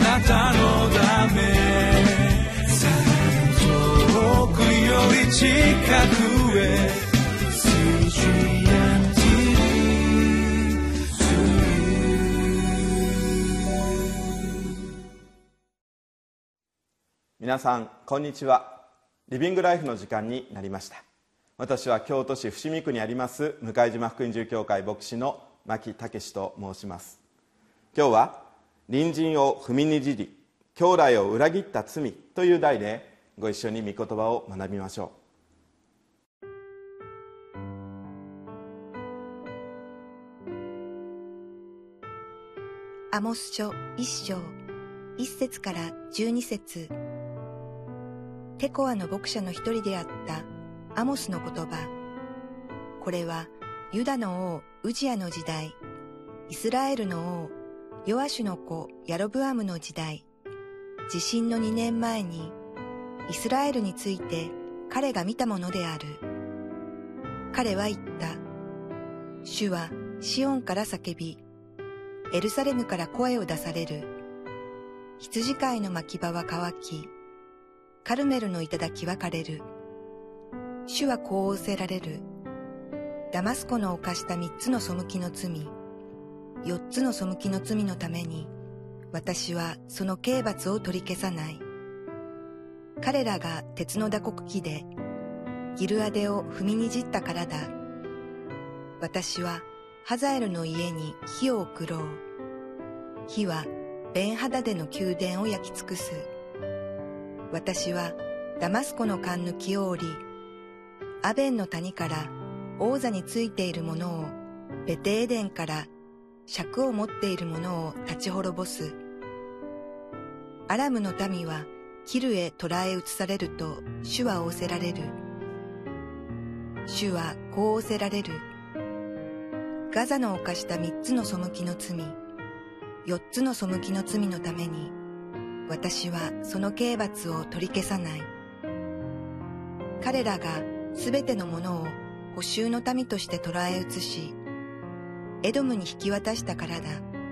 なたのため遠くより近くへ皆さんこんにちは。リビングライフの時間になりました。私は京都市伏見区にあります向島福音住教会牧師の牧武と申します。今日は隣人を踏みにじり兄弟を裏切った罪という題でご一緒に御言葉を学びましょう。 アモス書1章1節から12節。テコアの牧者の一人であったアモスの言葉。これはユダの王ウジヤの時代、イスラエルの王ヨアシュの子ヤロブアムの時代、地震の2年前にイスラエルについて彼が見たものである。彼は言った。主はシオンから叫び、エルサレムから声を出される。羊飼いの牧場は乾き、カルメルの頂は枯れる。主はこう仰せられる。ダマスコの犯した3つの背きの罪、4つの背きの罪のために、私はその刑罰を取り消さない。彼らが鉄の打刻機で、ギルアデを踏みにじったからだ。私はハザエルの家に火を送ろう。火はベンハダデの宮殿を焼き尽くす。私はダマスコの栓抜きを折り、アベンの谷から王座についているものを、ベテエデンから尺を持っているものを立ち滅ぼす。アラムの民はキルへ捕らえ移されると主は仰せられる。主はこう仰せられる。ガザの犯した3つの背きの罪、4つの背きの罪のために、私はその刑罰を取り消さない。彼らがすべてのものを捕囚の民として捕らえ移し、エドムに引き渡したからだ。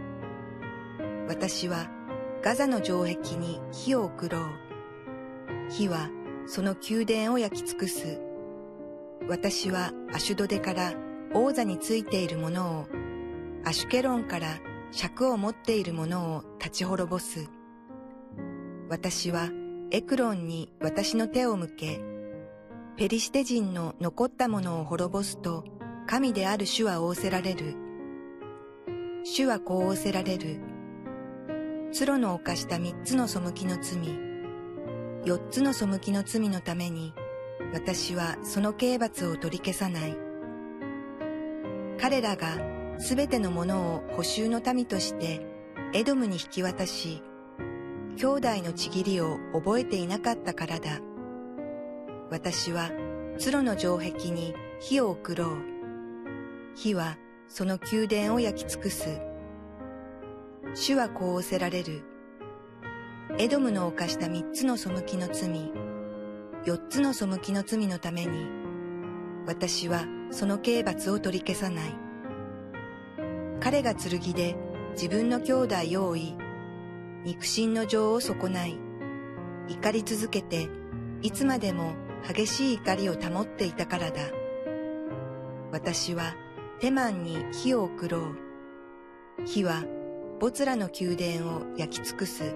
私はガザの城壁に火を送ろう。火はその宮殿を焼き尽くす。私はアシュドデから王座についているものを、アシュケロンから尺を持っているものを立ち滅ぼす。私はエクロンに私の手を向け、ペリシテ人の残ったものを滅ぼすと、神である主は仰せられる。主はこう仰せられる。ツロの犯した3つの背きの罪、4つの背きの罪のために、私はその刑罰を取り消さない。彼らがすべてのものを捕囚の民としてエドムに引き渡し、兄弟のちぎりを覚えていなかったからだ。私はツロの城壁に火を送ろう。火はその宮殿を焼き尽くす。主はこう仰せられる。エドムの犯した3つの背きの罪、4つの背きの罪のために、私はその刑罰を取り消さない。彼が剣で自分の兄弟を追い、肉親の情を損ない、怒り続けていつまでも激しい怒りを保っていたからだ。私はテマンに火を送ろう。火はボツラの宮殿を焼き尽くす。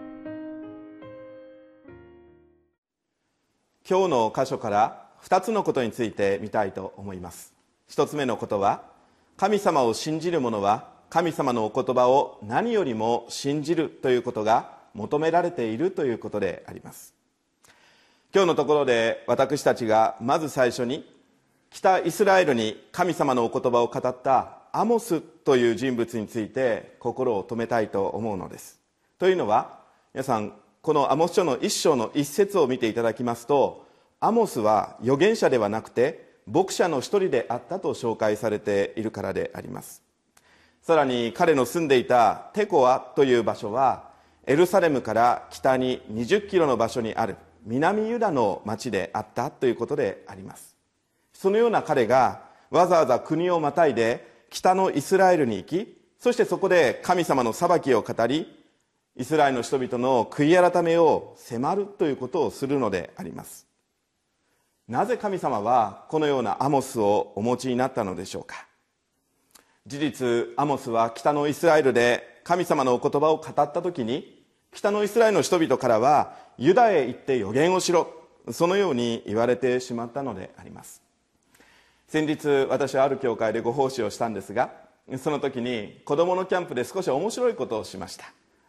今日の箇所から2つのことについて見たいと思います。1つ目のことは、神様を信じる者は神様のお言葉を何よりも信じるということが求められているということであります。今日のところで私たちがまず最初に北イスラエルに神様のお言葉を語ったアモスという人物について心を留めたいと思うのです。というのは、皆さんこのアモス書の1章の1節を見ていただきますと、アモスは預言者ではなくて牧者の一人であったと紹介されているからであります。さらに彼の住んでいたテコアという場所はエルサレムから北に20キロの場所にある南ユダの町であったということであります。そのような彼がわざわざ国をまたいで北のイスラエルに行き、そしてそこで神様の裁きを語り、 イスラエルの人々の悔い改めを迫るということをするのであります。なぜ神様はこのようなアモスをお持ちになったのでしょうか。事実、アモスは北のイスラエルで神様のお言葉を語った時に、北のイスラエルの人々からはユダへ行って預言をしろ、そのように言われてしまったのであります。先日、私はある教会でご奉仕をしたんですが、その時に子供のキャンプで少し面白いことをしました。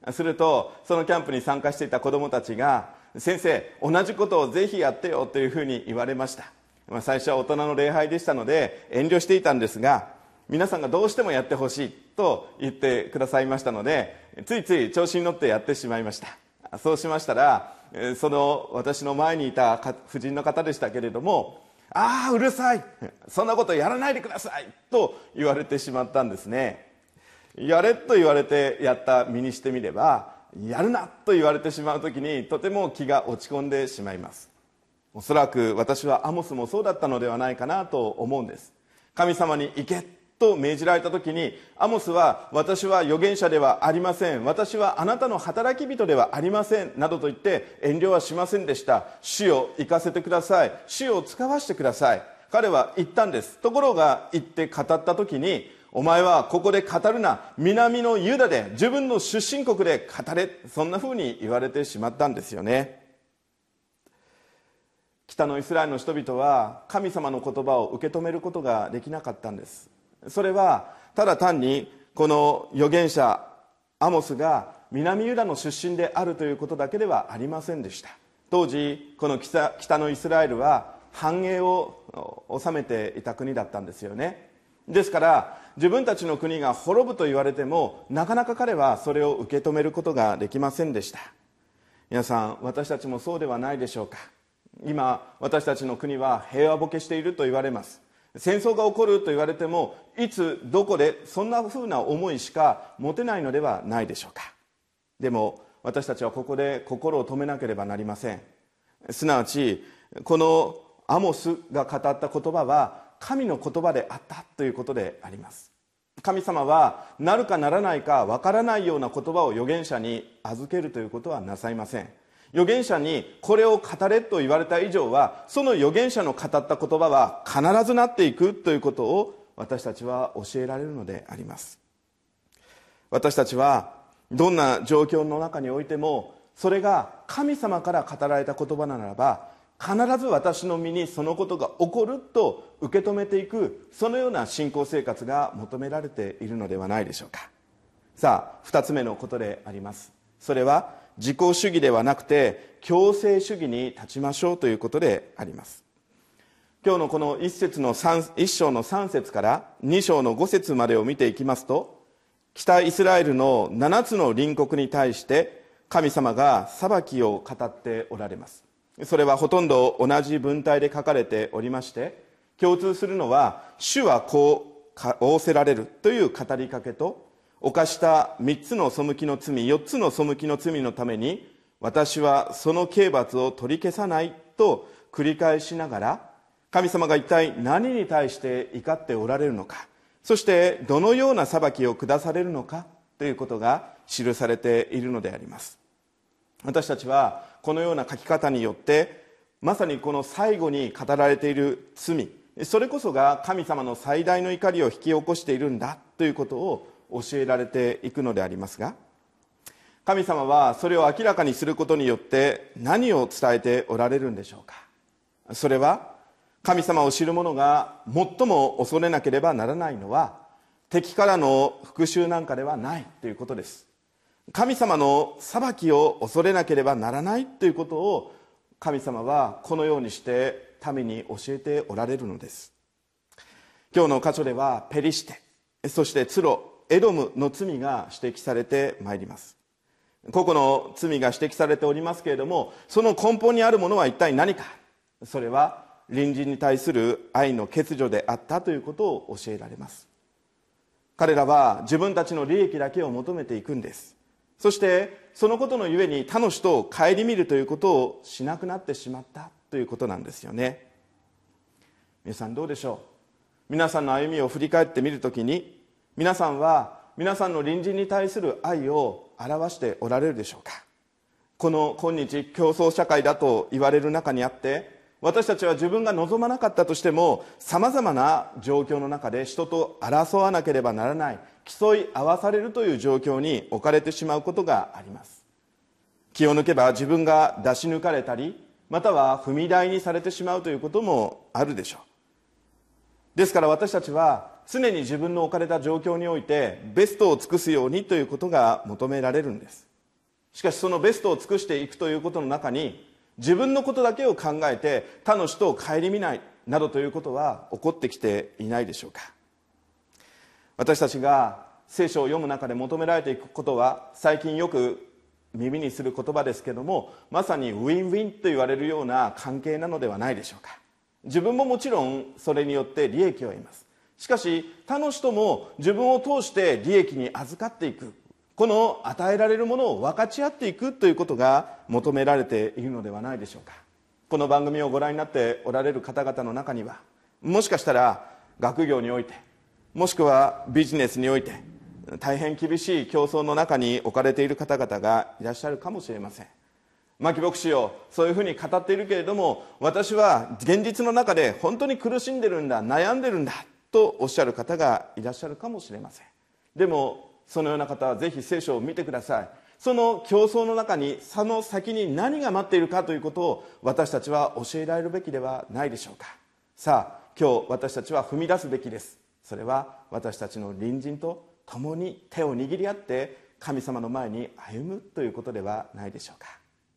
するとそのキャンプに参加していた子供たちが、先生、同じことをぜひやってよというふうに言われました。最初は大人の礼拝でしたので遠慮していたんですが、皆さんがどうしてもやってほしいと言ってくださいましたので、ついつい調子に乗ってやってしまいました。そうしましたら、その私の前にいた婦人の方でしたけれども、ああうるさい、そんなことやらないでくださいと言われてしまったんですね。やれと言われてやった身にしてみれば、やるなと言われてしまう時にとても気が落ち込んでしまいます。おそらく私はアモスもそうだったのではないかなと思うんです。神様に行けと命じられた時に、アモスは、私は預言者ではありません、私はあなたの働き人ではありませんなどと言って遠慮はしませんでした。主よ行かせてください、主を使わせてください、彼は言ったんです。ところが言って語った時に、お前はここで語るな、南のユダで自分の出身国で語れ、そんなふうに言われてしまったんですよね。北のイスラエルの人々は神様の言葉を受け止めることができなかったんです。それはただ単にこの預言者アモスが南ユダの出身であるということだけではありませんでした。当時この 北のイスラエルは繁栄を治めていた国だったんですよね。ですから自分たちの国が滅ぶと言われても、なかなか彼はそれを受け止めることができませんでした。皆さん、私たちもそうではないでしょうか。今私たちの国は平和ボケしていると言われます。戦争が起こると言われても、いつどこでそんなふうな思いしか持てないのではないでしょうか。でも私たちはここで心を止めなければなりません。すなわちこのアモスが語った言葉は神の言葉であったということであります。神様はなるかならないかわからないような言葉を預言者に預けるということはなさいません。預言者にこれを語れと言われた以上は、その預言者の語った言葉は必ずなっていくということを私たちは教えられるのであります。私たちはどんな状況の中においても、それが神様から語られた言葉ならば、必ず私の身にそのことが起こると受け止めていく、そのような信仰生活が求められているのではないでしょうか。さあ、2つ目のことであります。それは自己主義ではなくて強制主義に立ちましょうということであります。今日のこの1章の3節から2章の5節までを見ていきますと、北イスラエルの7つの隣国に対して神様が裁きを語っておられます。それはほとんど同じ文体で書かれておりまして、共通するのは主はこう仰せられるという語りかけと、犯した3つの背きの罪、4つの背きの罪のために私はその刑罰を取り消さないと繰り返しながら、神様が一体何に対して怒っておられるのか、そしてどのような裁きを下されるのかということが記されているのであります。私たちはこのような書き方によって、まさにこの最後に語られている罪、それこそが神様の最大の怒りを引き起こしているんだということを教えられていくのでありますが、神様はそれを明らかにすることによって何を伝えておられるんでしょうか。それは神様を知る者が最も恐れなければならないのは、敵からの復讐なんかではないということです。神様の裁きを恐れなければならないということを神様はこのようにして民に教えておられるのです。今日の箇所ではペリシテ、そしてツロ、エドムの罪が指摘されてまいります。個々の罪が指摘されておりますけれども、その根本にあるものは一体何か。それは隣人に対する愛の欠如であったということを教えられます。彼らは自分たちの利益だけを求めていくんです。そしてそのことのゆえに他の人を顧みるということをしなくなってしまったということなんですよね。皆さんどうでしょう。皆さんの歩みを振り返ってみるときに、皆さんは皆さんの隣人に対する愛を表しておられるでしょうか。この今日競争社会だと言われる中にあって、私たちは自分が望まなかったとしてもさまざまな状況の中で人と争わなければならない、競い合わされるという状況に置かれてしまうことがあります。気を抜けば自分が出し抜かれたり、または踏み台にされてしまうということもあるでしょう。ですから私たちは常に自分の置かれた状況においてベストを尽くすようにということが求められるんです。しかしそのベストを尽くしていくということの中に、自分のことだけを考えて他の人を顧みないなどということは起こってきていないでしょうか。私たちが聖書を読む中で求められていくことは、最近よく耳にする言葉ですけども、まさにウィンウィンと言われるような関係なのではないでしょうか。自分ももちろんそれによって利益を得ます。しかし他の人も自分を通して利益に預かっていく、この与えられるものを分かち合っていくということが求められているのではないでしょうか。この番組をご覧になっておられる方々の中には、もしかしたら学業において、もしくはビジネスにおいて大変厳しい競争の中に置かれている方々がいらっしゃるかもしれません。牧牧師よ、そういうふうに語っているけれども、私は現実の中で本当に苦しんでるんだ、悩んでるんだとおっしゃる方がいらっしゃるかもしれません。でもそのような方はぜひ聖書を見てください。その競争の中に、その先に何が待っているかということを私たちは教えられるべきではないでしょうか。さあ、今日私たちは踏み出すべきです。それは私たちの隣人と共に手を握り合って神様の前に歩むということではないでしょうか。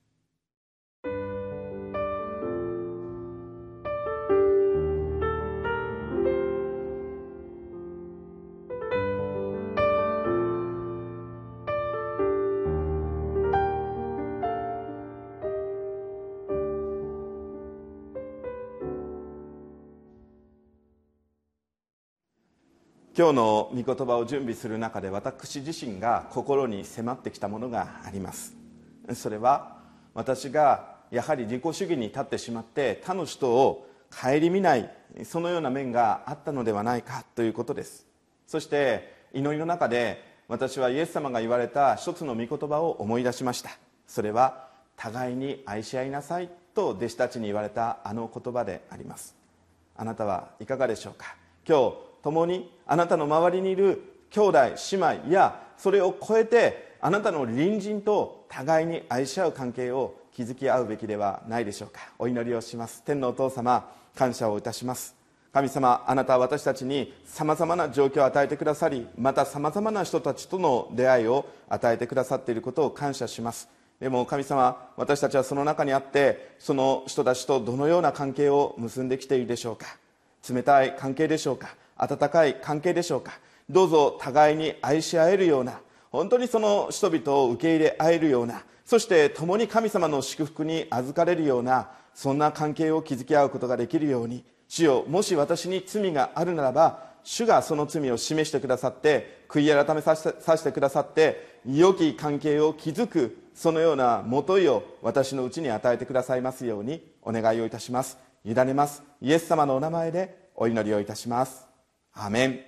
今日の御言葉を準備する中で、私自身が心に迫ってきたものがあります。それは私がやはり自己主義に立ってしまって他の人を顧みない、そのような面があったのではないかということです。そして祈りの中で私はイエス様が言われた一つの御言葉を思い出しました。それは互いに愛し合いなさいと弟子たちに言われたあの言葉であります。あなたはいかがでしょうか。今日共にあなたの周りにいる兄弟姉妹やそれを超えてあなたの隣人と互いに愛し合う関係を築き合うべきではないでしょうか。お祈りをします。天のお父様、感謝をいたします。神様、あなたは私たちにさまざまな状況を与えてくださり、またさまざまな人たちとの出会いを与えてくださっていることを感謝します。でも神様、私たちはその中にあってその人たちとどのような関係を結んできているでしょうか。冷たい関係でしょうか、温かい関係でしょうか。どうぞ互いに愛し合えるような、本当にその人々を受け入れ合えるような、そして共に神様の祝福に預かれるような、そんな関係を築き合うことができるように。主よ、もし私に罪があるならば、主がその罪を示してくださって悔い改めさせてくださって良き関係を築く、そのようなもといを私のうちに与えてくださいますようにお願いをいたします。委ねます。イエス様のお名前でお祈りをいたします。アーメン。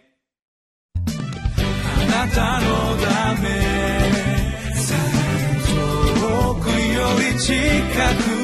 あなたのため遠くより近く